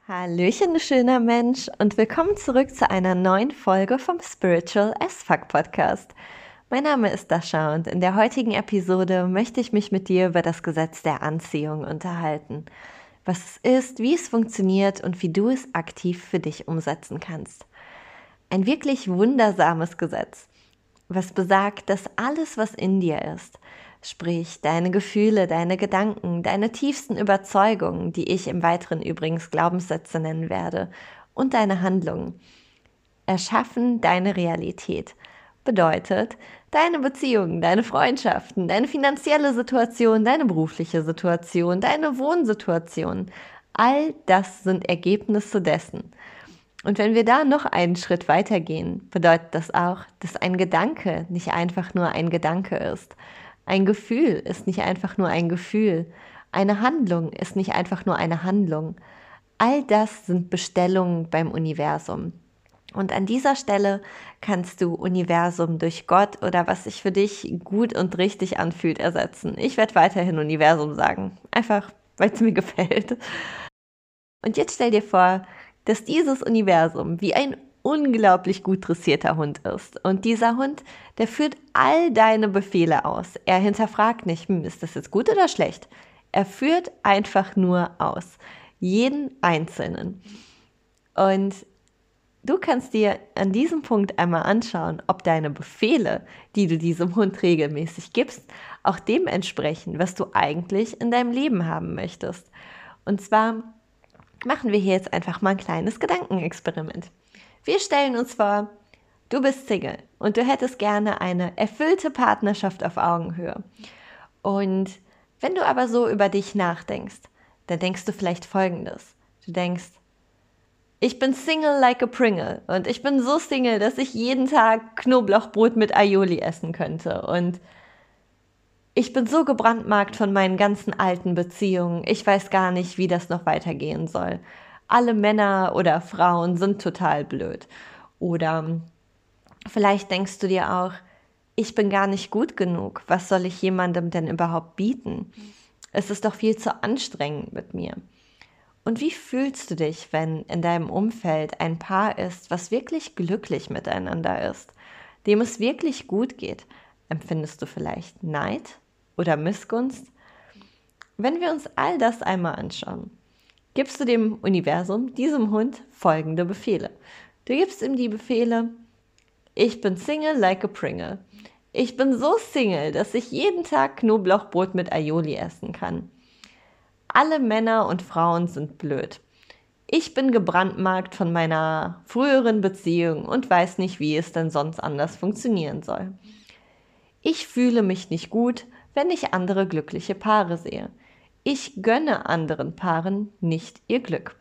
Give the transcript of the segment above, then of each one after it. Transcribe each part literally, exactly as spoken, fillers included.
Hallöchen, du schöner Mensch, und willkommen zurück zu einer neuen Folge vom Spiritual as Fuck Podcast. Mein Name ist Dasha und in der heutigen Episode möchte ich mich mit dir über das Gesetz der Anziehung unterhalten. Was es ist, wie es funktioniert und wie du es aktiv für dich umsetzen kannst. Ein wirklich wundersames Gesetz, was besagt, dass alles, was in dir ist, sprich deine Gefühle, deine Gedanken, deine tiefsten Überzeugungen, die ich im Weiteren übrigens Glaubenssätze nennen werde, und deine Handlungen, erschaffen deine Realität. Bedeutet, deine Beziehungen, deine Freundschaften, deine finanzielle Situation, deine berufliche Situation, deine Wohnsituation, all das sind Ergebnisse dessen. Und wenn wir da noch einen Schritt weiter gehen, bedeutet das auch, dass ein Gedanke nicht einfach nur ein Gedanke ist. Ein Gefühl ist nicht einfach nur ein Gefühl. Eine Handlung ist nicht einfach nur eine Handlung. All das sind Bestellungen beim Universum. Und an dieser Stelle kannst du Universum durch Gott oder was sich für dich gut und richtig anfühlt ersetzen. Ich werde weiterhin Universum sagen, einfach weil es mir gefällt. Und jetzt stell dir vor, dass dieses Universum wie ein unglaublich gut dressierter Hund ist. Und dieser Hund, der führt all deine Befehle aus. Er hinterfragt nicht, hm, ist das jetzt gut oder schlecht? Er führt einfach nur aus. Jeden einzelnen. Und du kannst dir an diesem Punkt einmal anschauen, ob deine Befehle, die du diesem Hund regelmäßig gibst, auch dem entsprechen, was du eigentlich in deinem Leben haben möchtest. Und zwar machen wir hier jetzt einfach mal ein kleines Gedankenexperiment. Wir stellen uns vor, du bist Single und du hättest gerne eine erfüllte Partnerschaft auf Augenhöhe. Und wenn du aber so über dich nachdenkst, dann denkst du vielleicht Folgendes. Du denkst, ich bin Single like a Pringle und ich bin so Single, dass ich jeden Tag Knoblauchbrot mit Aioli essen könnte. Und ich bin so gebrandmarkt von meinen ganzen alten Beziehungen, ich weiß gar nicht, wie das noch weitergehen soll. Alle Männer oder Frauen sind total blöd. Oder vielleicht denkst du dir auch, ich bin gar nicht gut genug, was soll ich jemandem denn überhaupt bieten? Es ist doch viel zu anstrengend mit mir. Und wie fühlst du dich, wenn in deinem Umfeld ein Paar ist, was wirklich glücklich miteinander ist, dem es wirklich gut geht? Empfindest du vielleicht Neid oder Missgunst? Wenn wir uns all das einmal anschauen, gibst du dem Universum, diesem Hund, folgende Befehle. Du gibst ihm die Befehle, ich bin Single like a Pringle. Ich bin so Single, dass ich jeden Tag Knoblauchbrot mit Aioli essen kann. Alle Männer und Frauen sind blöd. Ich bin gebrandmarkt von meiner früheren Beziehung und weiß nicht, wie es denn sonst anders funktionieren soll. Ich fühle mich nicht gut, wenn ich andere glückliche Paare sehe. Ich gönne anderen Paaren nicht ihr Glück.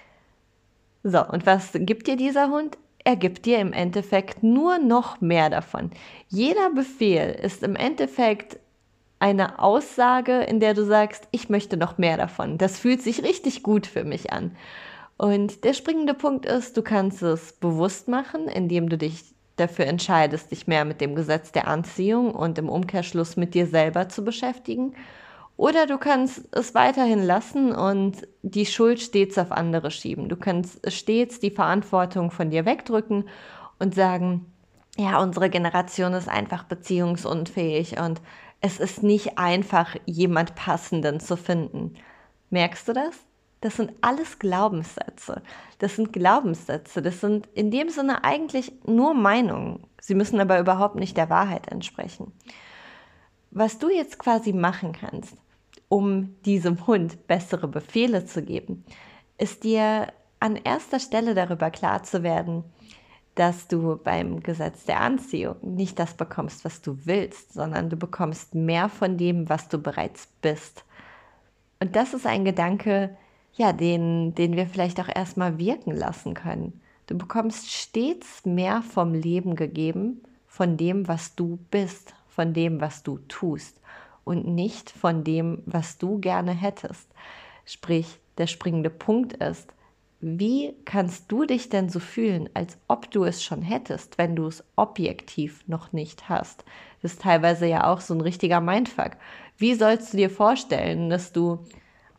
So, und was gibt dir dieser Hund? Er gibt dir im Endeffekt nur noch mehr davon. Jeder Befehl ist im Endeffekt eine Aussage, in der du sagst, ich möchte noch mehr davon. Das fühlt sich richtig gut für mich an. Und der springende Punkt ist, du kannst es bewusst machen, indem du dich dafür entscheidest, dich mehr mit dem Gesetz der Anziehung und im Umkehrschluss mit dir selber zu beschäftigen. Oder du kannst es weiterhin lassen und die Schuld stets auf andere schieben. Du kannst stets die Verantwortung von dir wegdrücken und sagen, ja, unsere Generation ist einfach beziehungsunfähig und es ist nicht einfach, jemand Passenden zu finden. Merkst du das? Das sind alles Glaubenssätze. Das sind Glaubenssätze. Das sind in dem Sinne eigentlich nur Meinungen. Sie müssen aber überhaupt nicht der Wahrheit entsprechen. Was du jetzt quasi machen kannst, um diesem Hund bessere Befehle zu geben, ist dir an erster Stelle darüber klar zu werden, dass du beim Gesetz der Anziehung nicht das bekommst, was du willst, sondern du bekommst mehr von dem, was du bereits bist. Und das ist ein Gedanke, ja, den, den wir vielleicht auch erstmal wirken lassen können. Du bekommst stets mehr vom Leben gegeben, von dem, was du bist, von dem, was du tust und nicht von dem, was du gerne hättest. Sprich, der springende Punkt ist, wie kannst du dich denn so fühlen, als ob du es schon hättest, wenn du es objektiv noch nicht hast? Das ist teilweise ja auch so ein richtiger Mindfuck. Wie sollst du dir vorstellen, dass du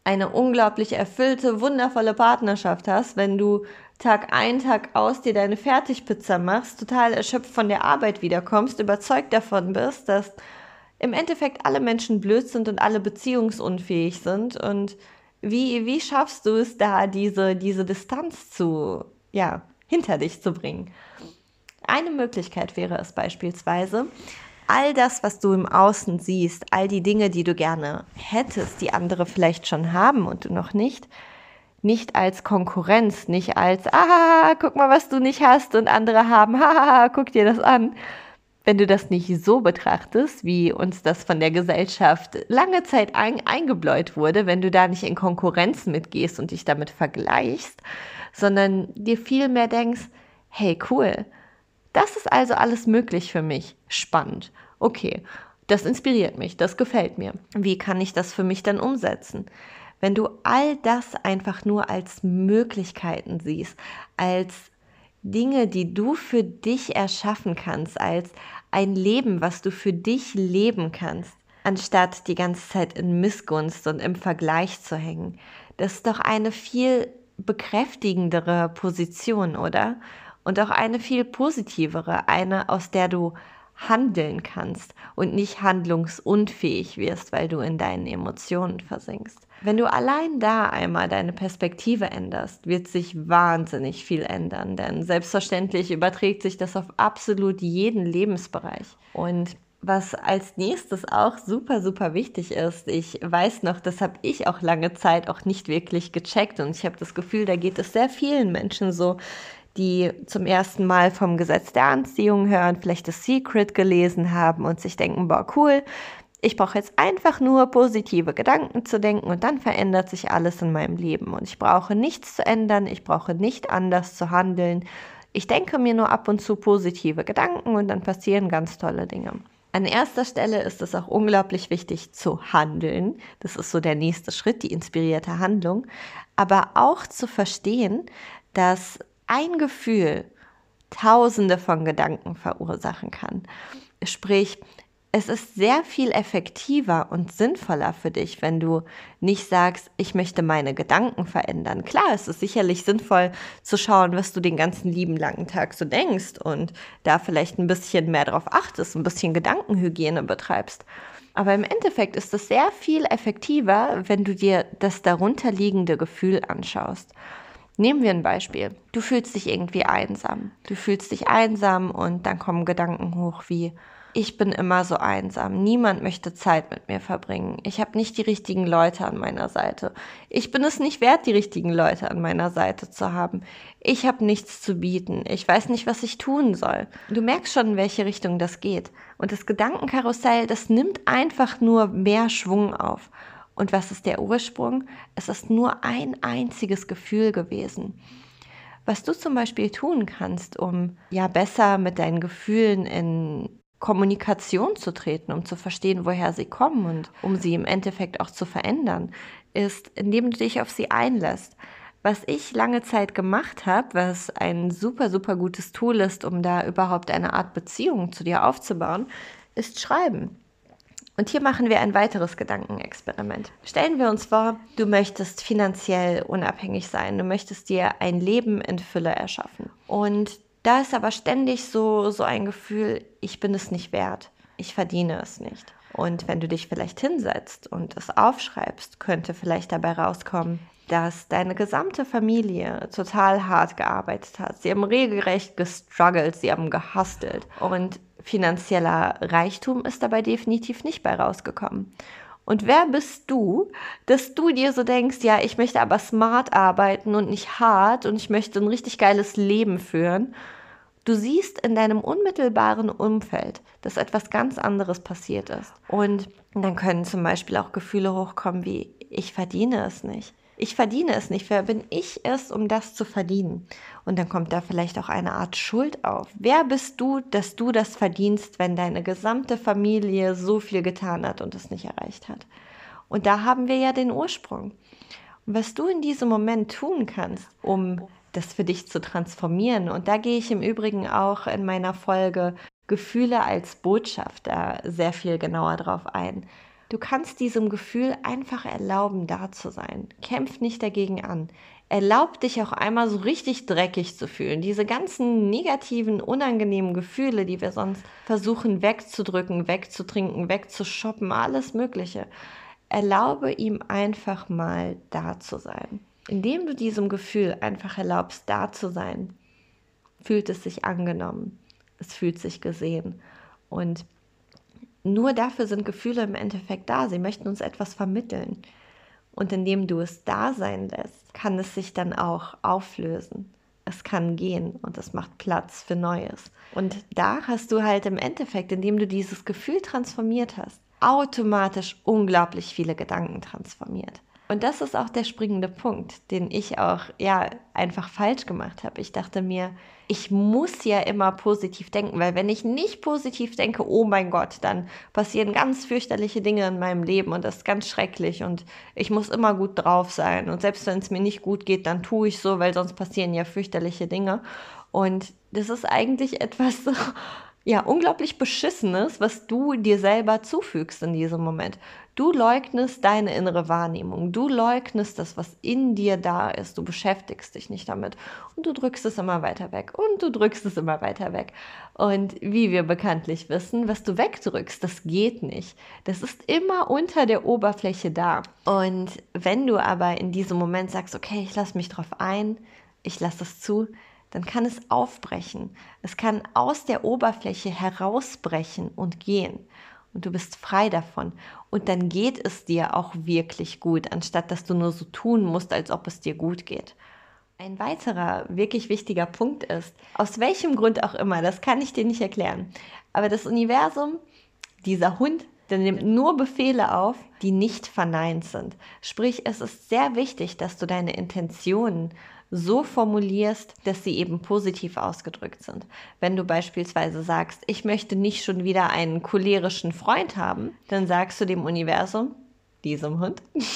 eine unglaublich erfüllte, wundervolle Partnerschaft hast, wenn du Tag ein, Tag aus dir deine Fertigpizza machst, total erschöpft von der Arbeit wiederkommst, überzeugt davon bist, dass im Endeffekt alle Menschen blöd sind und alle beziehungsunfähig sind. Und wie, wie schaffst du es da, diese, diese Distanz zu, ja, hinter dich zu bringen? Eine Möglichkeit wäre es beispielsweise, all das, was du im Außen siehst, all die Dinge, die du gerne hättest, die andere vielleicht schon haben und du noch nicht, nicht als Konkurrenz, nicht als, ah, guck mal, was du nicht hast und andere haben, haha, guck dir das an. Wenn du das nicht so betrachtest, wie uns das von der Gesellschaft lange Zeit ein, eingebläut wurde, wenn du da nicht in Konkurrenz mitgehst und dich damit vergleichst, sondern dir vielmehr denkst, hey, cool, das ist also alles möglich für mich, spannend, okay, das inspiriert mich, das gefällt mir. Wie kann ich das für mich dann umsetzen? Wenn du all das einfach nur als Möglichkeiten siehst, als Dinge, die du für dich erschaffen kannst, als ein Leben, was du für dich leben kannst, anstatt die ganze Zeit in Missgunst und im Vergleich zu hängen. Das ist doch eine viel bekräftigendere Position, oder? Und auch eine viel positivere, eine, aus der du handeln kannst und nicht handlungsunfähig wirst, weil du in deinen Emotionen versinkst. Wenn du allein da einmal deine Perspektive änderst, wird sich wahnsinnig viel ändern, denn selbstverständlich überträgt sich das auf absolut jeden Lebensbereich. Und was als nächstes auch super, super wichtig ist, ich weiß noch, das habe ich auch lange Zeit auch nicht wirklich gecheckt und ich habe das Gefühl, da geht es sehr vielen Menschen so, die zum ersten Mal vom Gesetz der Anziehung hören, vielleicht das Secret gelesen haben und sich denken, boah, cool, ich brauche jetzt einfach nur positive Gedanken zu denken und dann verändert sich alles in meinem Leben und ich brauche nichts zu ändern, ich brauche nicht anders zu handeln. Ich denke mir nur ab und zu positive Gedanken und dann passieren ganz tolle Dinge. An erster Stelle ist es auch unglaublich wichtig zu handeln. Das ist so der nächste Schritt, die inspirierte Handlung. Aber auch zu verstehen, dass ein Gefühl Tausende von Gedanken verursachen kann. Sprich, es ist sehr viel effektiver und sinnvoller für dich, wenn du nicht sagst, ich möchte meine Gedanken verändern. Klar, es ist sicherlich sinnvoll zu schauen, was du den ganzen lieben langen Tag so denkst und da vielleicht ein bisschen mehr drauf achtest, ein bisschen Gedankenhygiene betreibst. Aber im Endeffekt ist es sehr viel effektiver, wenn du dir das darunterliegende Gefühl anschaust. Nehmen wir ein Beispiel. Du fühlst dich irgendwie einsam. Du fühlst dich einsam und dann kommen Gedanken hoch wie, ich bin immer so einsam. Niemand möchte Zeit mit mir verbringen. Ich habe nicht die richtigen Leute an meiner Seite. Ich bin es nicht wert, die richtigen Leute an meiner Seite zu haben. Ich habe nichts zu bieten. Ich weiß nicht, was ich tun soll. Du merkst schon, in welche Richtung das geht. Und das Gedankenkarussell, das nimmt einfach nur mehr Schwung auf. Und was ist der Ursprung? Es ist nur ein einziges Gefühl gewesen. Was du zum Beispiel tun kannst, um ja besser mit deinen Gefühlen in Kommunikation zu treten, um zu verstehen, woher sie kommen und um sie im Endeffekt auch zu verändern, ist, indem du dich auf sie einlässt. Was ich lange Zeit gemacht habe, was ein super, super gutes Tool ist, um da überhaupt eine Art Beziehung zu dir aufzubauen, ist Schreiben. Und hier machen wir ein weiteres Gedankenexperiment. Stellen wir uns vor, du möchtest finanziell unabhängig sein, du möchtest dir ein Leben in Fülle erschaffen. Und da ist aber ständig so, so ein Gefühl, ich bin es nicht wert, ich verdiene es nicht. Und wenn du dich vielleicht hinsetzt und es aufschreibst, könnte vielleicht dabei rauskommen, dass deine gesamte Familie total hart gearbeitet hat. Sie haben regelrecht gestruggelt, sie haben gehustelt und finanzieller Reichtum ist dabei definitiv nicht bei rausgekommen. Und wer bist du, dass du dir so denkst, ja, ich möchte aber smart arbeiten und nicht hart und ich möchte ein richtig geiles Leben führen. Du siehst in deinem unmittelbaren Umfeld, dass etwas ganz anderes passiert ist. Und dann können zum Beispiel auch Gefühle hochkommen wie, ich verdiene es nicht. Ich verdiene es nicht. Wer bin ich es, um das zu verdienen? Und dann kommt da vielleicht auch eine Art Schuld auf. Wer bist du, dass du das verdienst, wenn deine gesamte Familie so viel getan hat und es nicht erreicht hat? Und da haben wir ja den Ursprung. Und was du in diesem Moment tun kannst, um das für dich zu transformieren, und da gehe ich im Übrigen auch in meiner Folge Gefühle als Botschaft da sehr viel genauer drauf ein. Du kannst diesem Gefühl einfach erlauben, da zu sein. Kämpf nicht dagegen an. Erlaub dich auch einmal so richtig dreckig zu fühlen. Diese ganzen negativen, unangenehmen Gefühle, die wir sonst versuchen wegzudrücken, wegzutrinken, wegzushoppen, alles Mögliche. Erlaube ihm einfach mal da zu sein. Indem du diesem Gefühl einfach erlaubst, da zu sein, fühlt es sich angenommen. Es fühlt sich gesehen. Und nur dafür sind Gefühle im Endeffekt da. Sie möchten uns etwas vermitteln. Und indem du es da sein lässt, kann es sich dann auch auflösen. Es kann gehen und es macht Platz für Neues. Und da hast du halt im Endeffekt, indem du dieses Gefühl transformiert hast, automatisch unglaublich viele Gedanken transformiert. Und das ist auch der springende Punkt, den ich auch ja einfach falsch gemacht habe. Ich dachte mir, ich muss ja immer positiv denken, weil wenn ich nicht positiv denke, oh mein Gott, dann passieren ganz fürchterliche Dinge in meinem Leben und das ist ganz schrecklich und ich muss immer gut drauf sein. Und selbst wenn es mir nicht gut geht, dann tue ich so, weil sonst passieren ja fürchterliche Dinge. Und das ist eigentlich etwas ja, unglaublich Beschissenes, was du dir selber zufügst in diesem Moment. Du leugnest deine innere Wahrnehmung, du leugnest das, was in dir da ist, du beschäftigst dich nicht damit und du drückst es immer weiter weg und du drückst es immer weiter weg. Und wie wir bekanntlich wissen, was du wegdrückst, das geht nicht. Das ist immer unter der Oberfläche da. Und wenn du aber in diesem Moment sagst, okay, ich lasse mich drauf ein, ich lasse es zu, dann kann es aufbrechen. Es kann aus der Oberfläche herausbrechen und gehen. Und du bist frei davon. Und dann geht es dir auch wirklich gut, anstatt dass du nur so tun musst, als ob es dir gut geht. Ein weiterer wirklich wichtiger Punkt ist, aus welchem Grund auch immer, das kann ich dir nicht erklären, aber das Universum, dieser Hund, der nimmt nur Befehle auf, die nicht verneint sind. Sprich, es ist sehr wichtig, dass du deine Intentionen so formulierst, dass sie eben positiv ausgedrückt sind. Wenn du beispielsweise sagst, ich möchte nicht schon wieder einen cholerischen Freund haben, dann sagst du dem Universum, diesem Hund,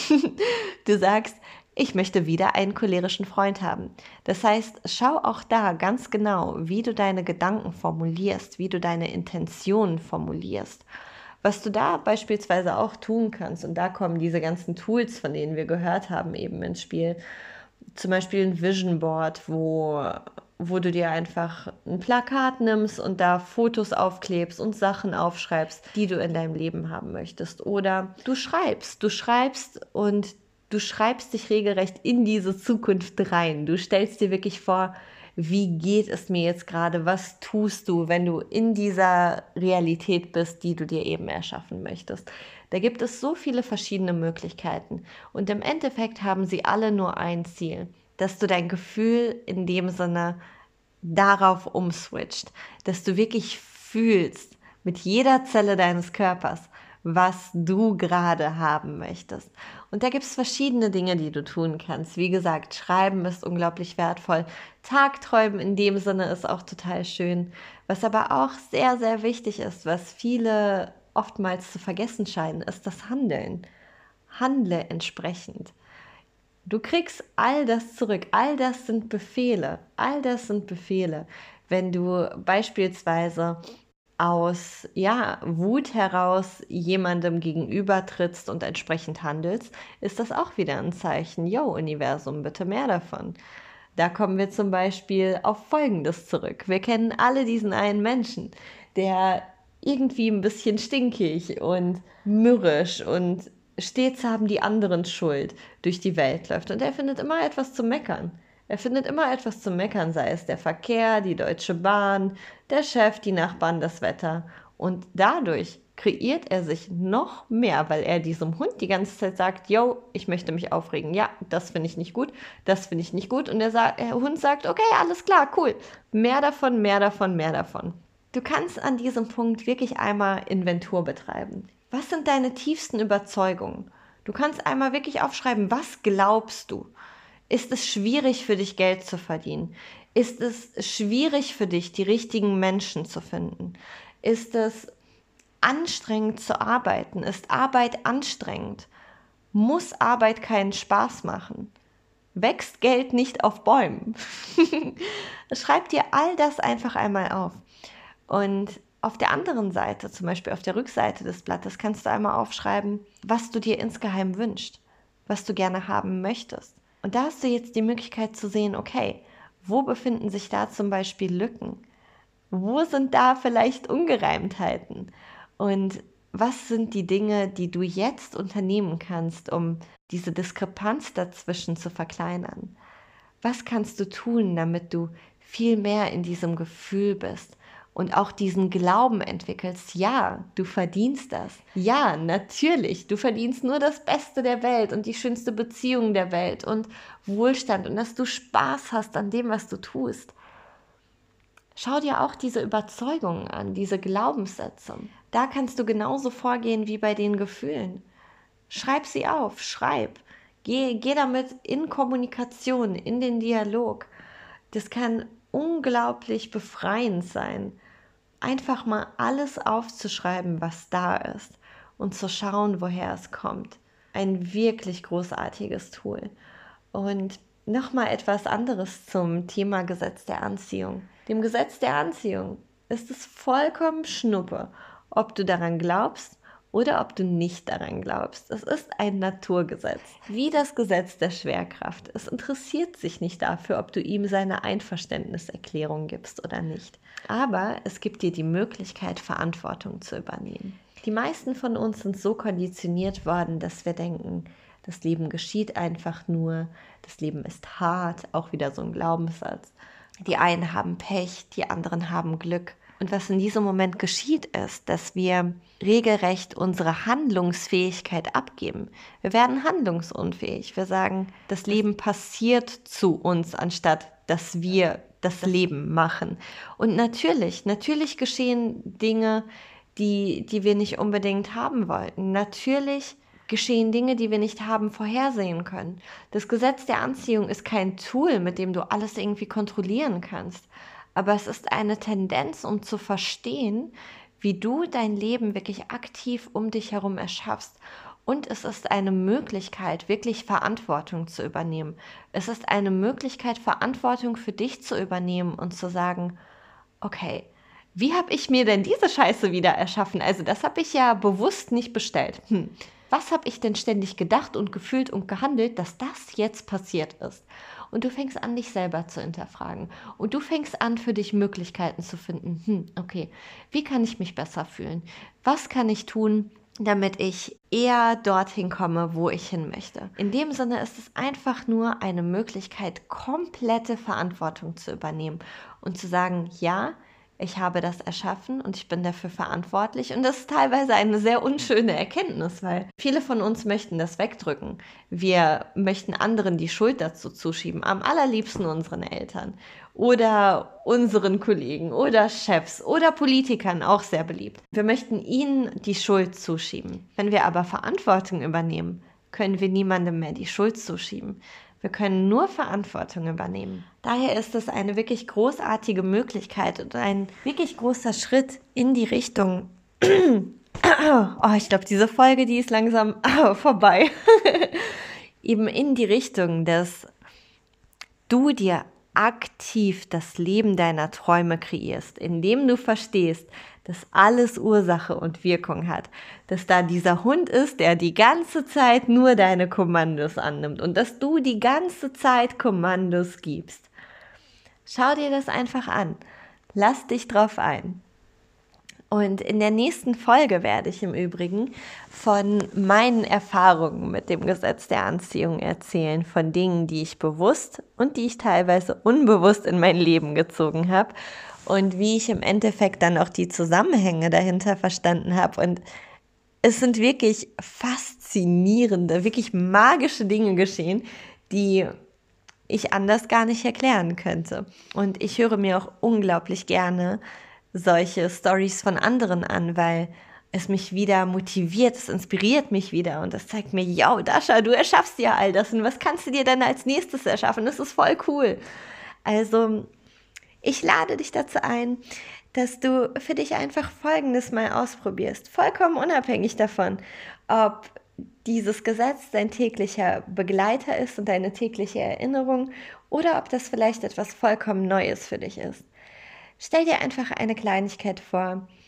du sagst, ich möchte wieder einen cholerischen Freund haben. Das heißt, schau auch da ganz genau, wie du deine Gedanken formulierst, wie du deine Intentionen formulierst. Was du da beispielsweise auch tun kannst, und da kommen diese ganzen Tools, von denen wir gehört haben, eben ins Spiel. Zum Beispiel ein Vision Board, wo, wo du dir einfach ein Plakat nimmst und da Fotos aufklebst und Sachen aufschreibst, die du in deinem Leben haben möchtest. Oder du schreibst, du schreibst und du schreibst dich regelrecht in diese Zukunft rein. Du stellst dir wirklich vor, wie geht es mir jetzt gerade, was tust du, wenn du in dieser Realität bist, die du dir eben erschaffen möchtest. Da gibt es so viele verschiedene Möglichkeiten und im Endeffekt haben sie alle nur ein Ziel, dass du dein Gefühl in dem Sinne darauf umswitcht, dass du wirklich fühlst mit jeder Zelle deines Körpers, was du gerade haben möchtest. Und da gibt es verschiedene Dinge, die du tun kannst. Wie gesagt, Schreiben ist unglaublich wertvoll. Tagträumen in dem Sinne ist auch total schön. Was aber auch sehr, sehr wichtig ist, was viele oftmals zu vergessen scheinen, ist das Handeln. Handle entsprechend. Du kriegst all das zurück. All das sind Befehle. All das sind Befehle. Wenn du beispielsweise aus ja, Wut heraus jemandem gegenüber trittst und entsprechend handelst, ist das auch wieder ein Zeichen. Yo, Universum, bitte mehr davon. Da kommen wir zum Beispiel auf Folgendes zurück. Wir kennen alle diesen einen Menschen, der irgendwie ein bisschen stinkig und mürrisch und stets haben die anderen Schuld durch die Welt läuft. Und er findet immer etwas zu meckern. Er findet immer etwas zu meckern, sei es der Verkehr, die Deutsche Bahn, der Chef, die Nachbarn, das Wetter. Und dadurch kreiert er sich noch mehr, weil er diesem Hund die ganze Zeit sagt, yo, ich möchte mich aufregen. Ja, das finde ich nicht gut, das finde ich nicht gut. Und der, sagt, der Hund sagt, okay, alles klar, cool. Mehr davon, mehr davon, mehr davon. Du kannst an diesem Punkt wirklich einmal Inventur betreiben. Was sind deine tiefsten Überzeugungen? Du kannst einmal wirklich aufschreiben, was glaubst du? Ist es schwierig für dich, Geld zu verdienen? Ist es schwierig für dich, die richtigen Menschen zu finden? Ist es anstrengend zu arbeiten? Ist Arbeit anstrengend? Muss Arbeit keinen Spaß machen? Wächst Geld nicht auf Bäumen? Schreib dir all das einfach einmal auf. Und auf der anderen Seite, zum Beispiel auf der Rückseite des Blattes, kannst du einmal aufschreiben, was du dir insgeheim wünschst, was du gerne haben möchtest. Und da hast du jetzt die Möglichkeit zu sehen, okay, wo befinden sich da zum Beispiel Lücken? Wo sind da vielleicht Ungereimtheiten? Und was sind die Dinge, die du jetzt unternehmen kannst, um diese Diskrepanz dazwischen zu verkleinern? Was kannst du tun, damit du viel mehr in diesem Gefühl bist und auch diesen Glauben entwickelst? Ja, du verdienst das. Ja, natürlich, du verdienst nur das Beste der Welt und die schönste Beziehung der Welt und Wohlstand und dass du Spaß hast an dem, was du tust. Schau dir auch diese Überzeugungen an, diese Glaubenssätze. Da kannst du genauso vorgehen wie bei den Gefühlen. Schreib sie auf, schreib. Geh, geh damit in Kommunikation, in den Dialog. Das kann unglaublich befreiend sein, einfach mal alles aufzuschreiben, was da ist und zu schauen, woher es kommt. Ein wirklich großartiges Tool. Und nochmal etwas anderes zum Thema Gesetz der Anziehung. Dem Gesetz der Anziehung ist es vollkommen Schnuppe, ob du daran glaubst oder ob du nicht daran glaubst. Es ist ein Naturgesetz, wie das Gesetz der Schwerkraft. Es interessiert sich nicht dafür, ob du ihm seine Einverständniserklärung gibst oder nicht. Aber es gibt dir die Möglichkeit, Verantwortung zu übernehmen. Die meisten von uns sind so konditioniert worden, dass wir denken, das Leben geschieht einfach nur, das Leben ist hart, auch wieder so ein Glaubenssatz. Die einen haben Pech, die anderen haben Glück. Und was in diesem Moment geschieht, ist, dass wir regelrecht unsere Handlungsfähigkeit abgeben. Wir werden handlungsunfähig. Wir sagen, das Leben passiert zu uns, anstatt dass wir das Leben machen. Und natürlich, natürlich geschehen Dinge, die, die wir nicht unbedingt haben wollten. Natürlich geschehen Dinge, die wir nicht haben vorhersehen können. Das Gesetz der Anziehung ist kein Tool, mit dem du alles irgendwie kontrollieren kannst. Aber es ist eine Tendenz, um zu verstehen, wie du dein Leben wirklich aktiv um dich herum erschaffst. Und es ist eine Möglichkeit, wirklich Verantwortung zu übernehmen. Es ist eine Möglichkeit, Verantwortung für dich zu übernehmen und zu sagen, okay, wie habe ich mir denn diese Scheiße wieder erschaffen? Also das habe ich ja bewusst nicht bestellt. Hm. Was habe ich denn ständig gedacht und gefühlt und gehandelt, dass das jetzt passiert ist? Und du fängst an, dich selber zu hinterfragen. Und du fängst an, für dich Möglichkeiten zu finden. Hm, okay, wie kann ich mich besser fühlen? Was kann ich tun, damit ich eher dorthin komme, wo ich hin möchte? In dem Sinne ist es einfach nur eine Möglichkeit, komplette Verantwortung zu übernehmen und zu sagen, ja, ich habe das erschaffen und ich bin dafür verantwortlich. Und das ist teilweise eine sehr unschöne Erkenntnis, weil viele von uns möchten das wegdrücken. Wir möchten anderen die Schuld dazu zuschieben, am allerliebsten unseren Eltern oder unseren Kollegen oder Chefs oder Politikern, auch sehr beliebt. Wir möchten ihnen die Schuld zuschieben. Wenn wir aber Verantwortung übernehmen, können wir niemandem mehr die Schuld zuschieben. Wir können nur Verantwortung übernehmen. Daher ist es eine wirklich großartige Möglichkeit und ein wirklich großer Schritt in die Richtung. Oh, ich glaube, diese Folge, die ist langsam oh, vorbei. Eben in die Richtung, dass du dir aktiv das Leben deiner Träume kreierst, indem du verstehst, dass alles Ursache und Wirkung hat, dass da dieser Hund ist, der die ganze Zeit nur deine Kommandos annimmt und dass du die ganze Zeit Kommandos gibst. Schau dir das einfach an, lass dich drauf ein. Und in der nächsten Folge werde ich im Übrigen von meinen Erfahrungen mit dem Gesetz der Anziehung erzählen, von Dingen, die ich bewusst und die ich teilweise unbewusst in mein Leben gezogen habe und wie ich im Endeffekt dann auch die Zusammenhänge dahinter verstanden habe. Und es sind wirklich faszinierende, wirklich magische Dinge geschehen, die ich anders gar nicht erklären könnte. Und ich höre mir auch unglaublich gerne solche Stories von anderen an, weil es mich wieder motiviert, es inspiriert mich wieder und das zeigt mir, ja, Dasha, du erschaffst ja all das und was kannst du dir denn als nächstes erschaffen? Das ist voll cool. Also ich lade dich dazu ein, dass du für dich einfach Folgendes mal ausprobierst, vollkommen unabhängig davon, ob dieses Gesetz dein täglicher Begleiter ist und deine tägliche Erinnerung oder ob das vielleicht etwas vollkommen Neues für dich ist. Stell dir einfach eine Kleinigkeit vor.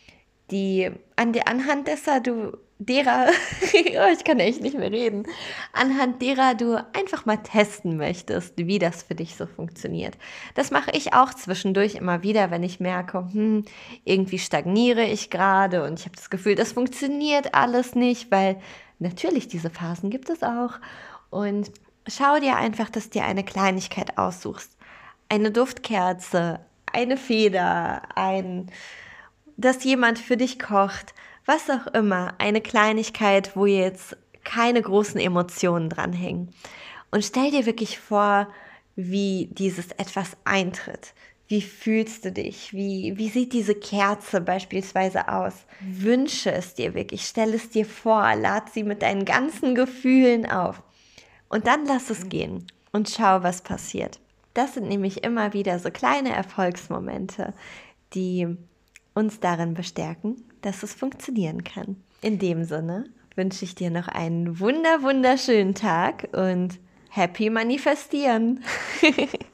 die an der anhand derer du derer oh, ich kann echt nicht mehr reden, anhand derer du einfach mal testen möchtest, wie das für dich so funktioniert. Das mache ich auch zwischendurch immer wieder, wenn ich merke, hm, irgendwie stagniere ich gerade und ich habe das Gefühl, das funktioniert alles nicht, weil natürlich diese Phasen gibt es auch. Und schau dir einfach, dass du dir eine Kleinigkeit aussuchst. Eine Duftkerze, eine Feder, ein, dass jemand für dich kocht, was auch immer, eine Kleinigkeit, wo jetzt keine großen Emotionen dranhängen. Und stell dir wirklich vor, wie dieses etwas eintritt. Wie fühlst du dich? Wie, wie sieht diese Kerze beispielsweise aus? Wünsche es dir wirklich, stell es dir vor, lad sie mit deinen ganzen Gefühlen auf. Und dann lass es gehen und schau, was passiert. Das sind nämlich immer wieder so kleine Erfolgsmomente, die uns darin bestärken, dass es funktionieren kann. In dem Sinne wünsche ich dir noch einen wunder, wunderschönen Tag und happy manifestieren!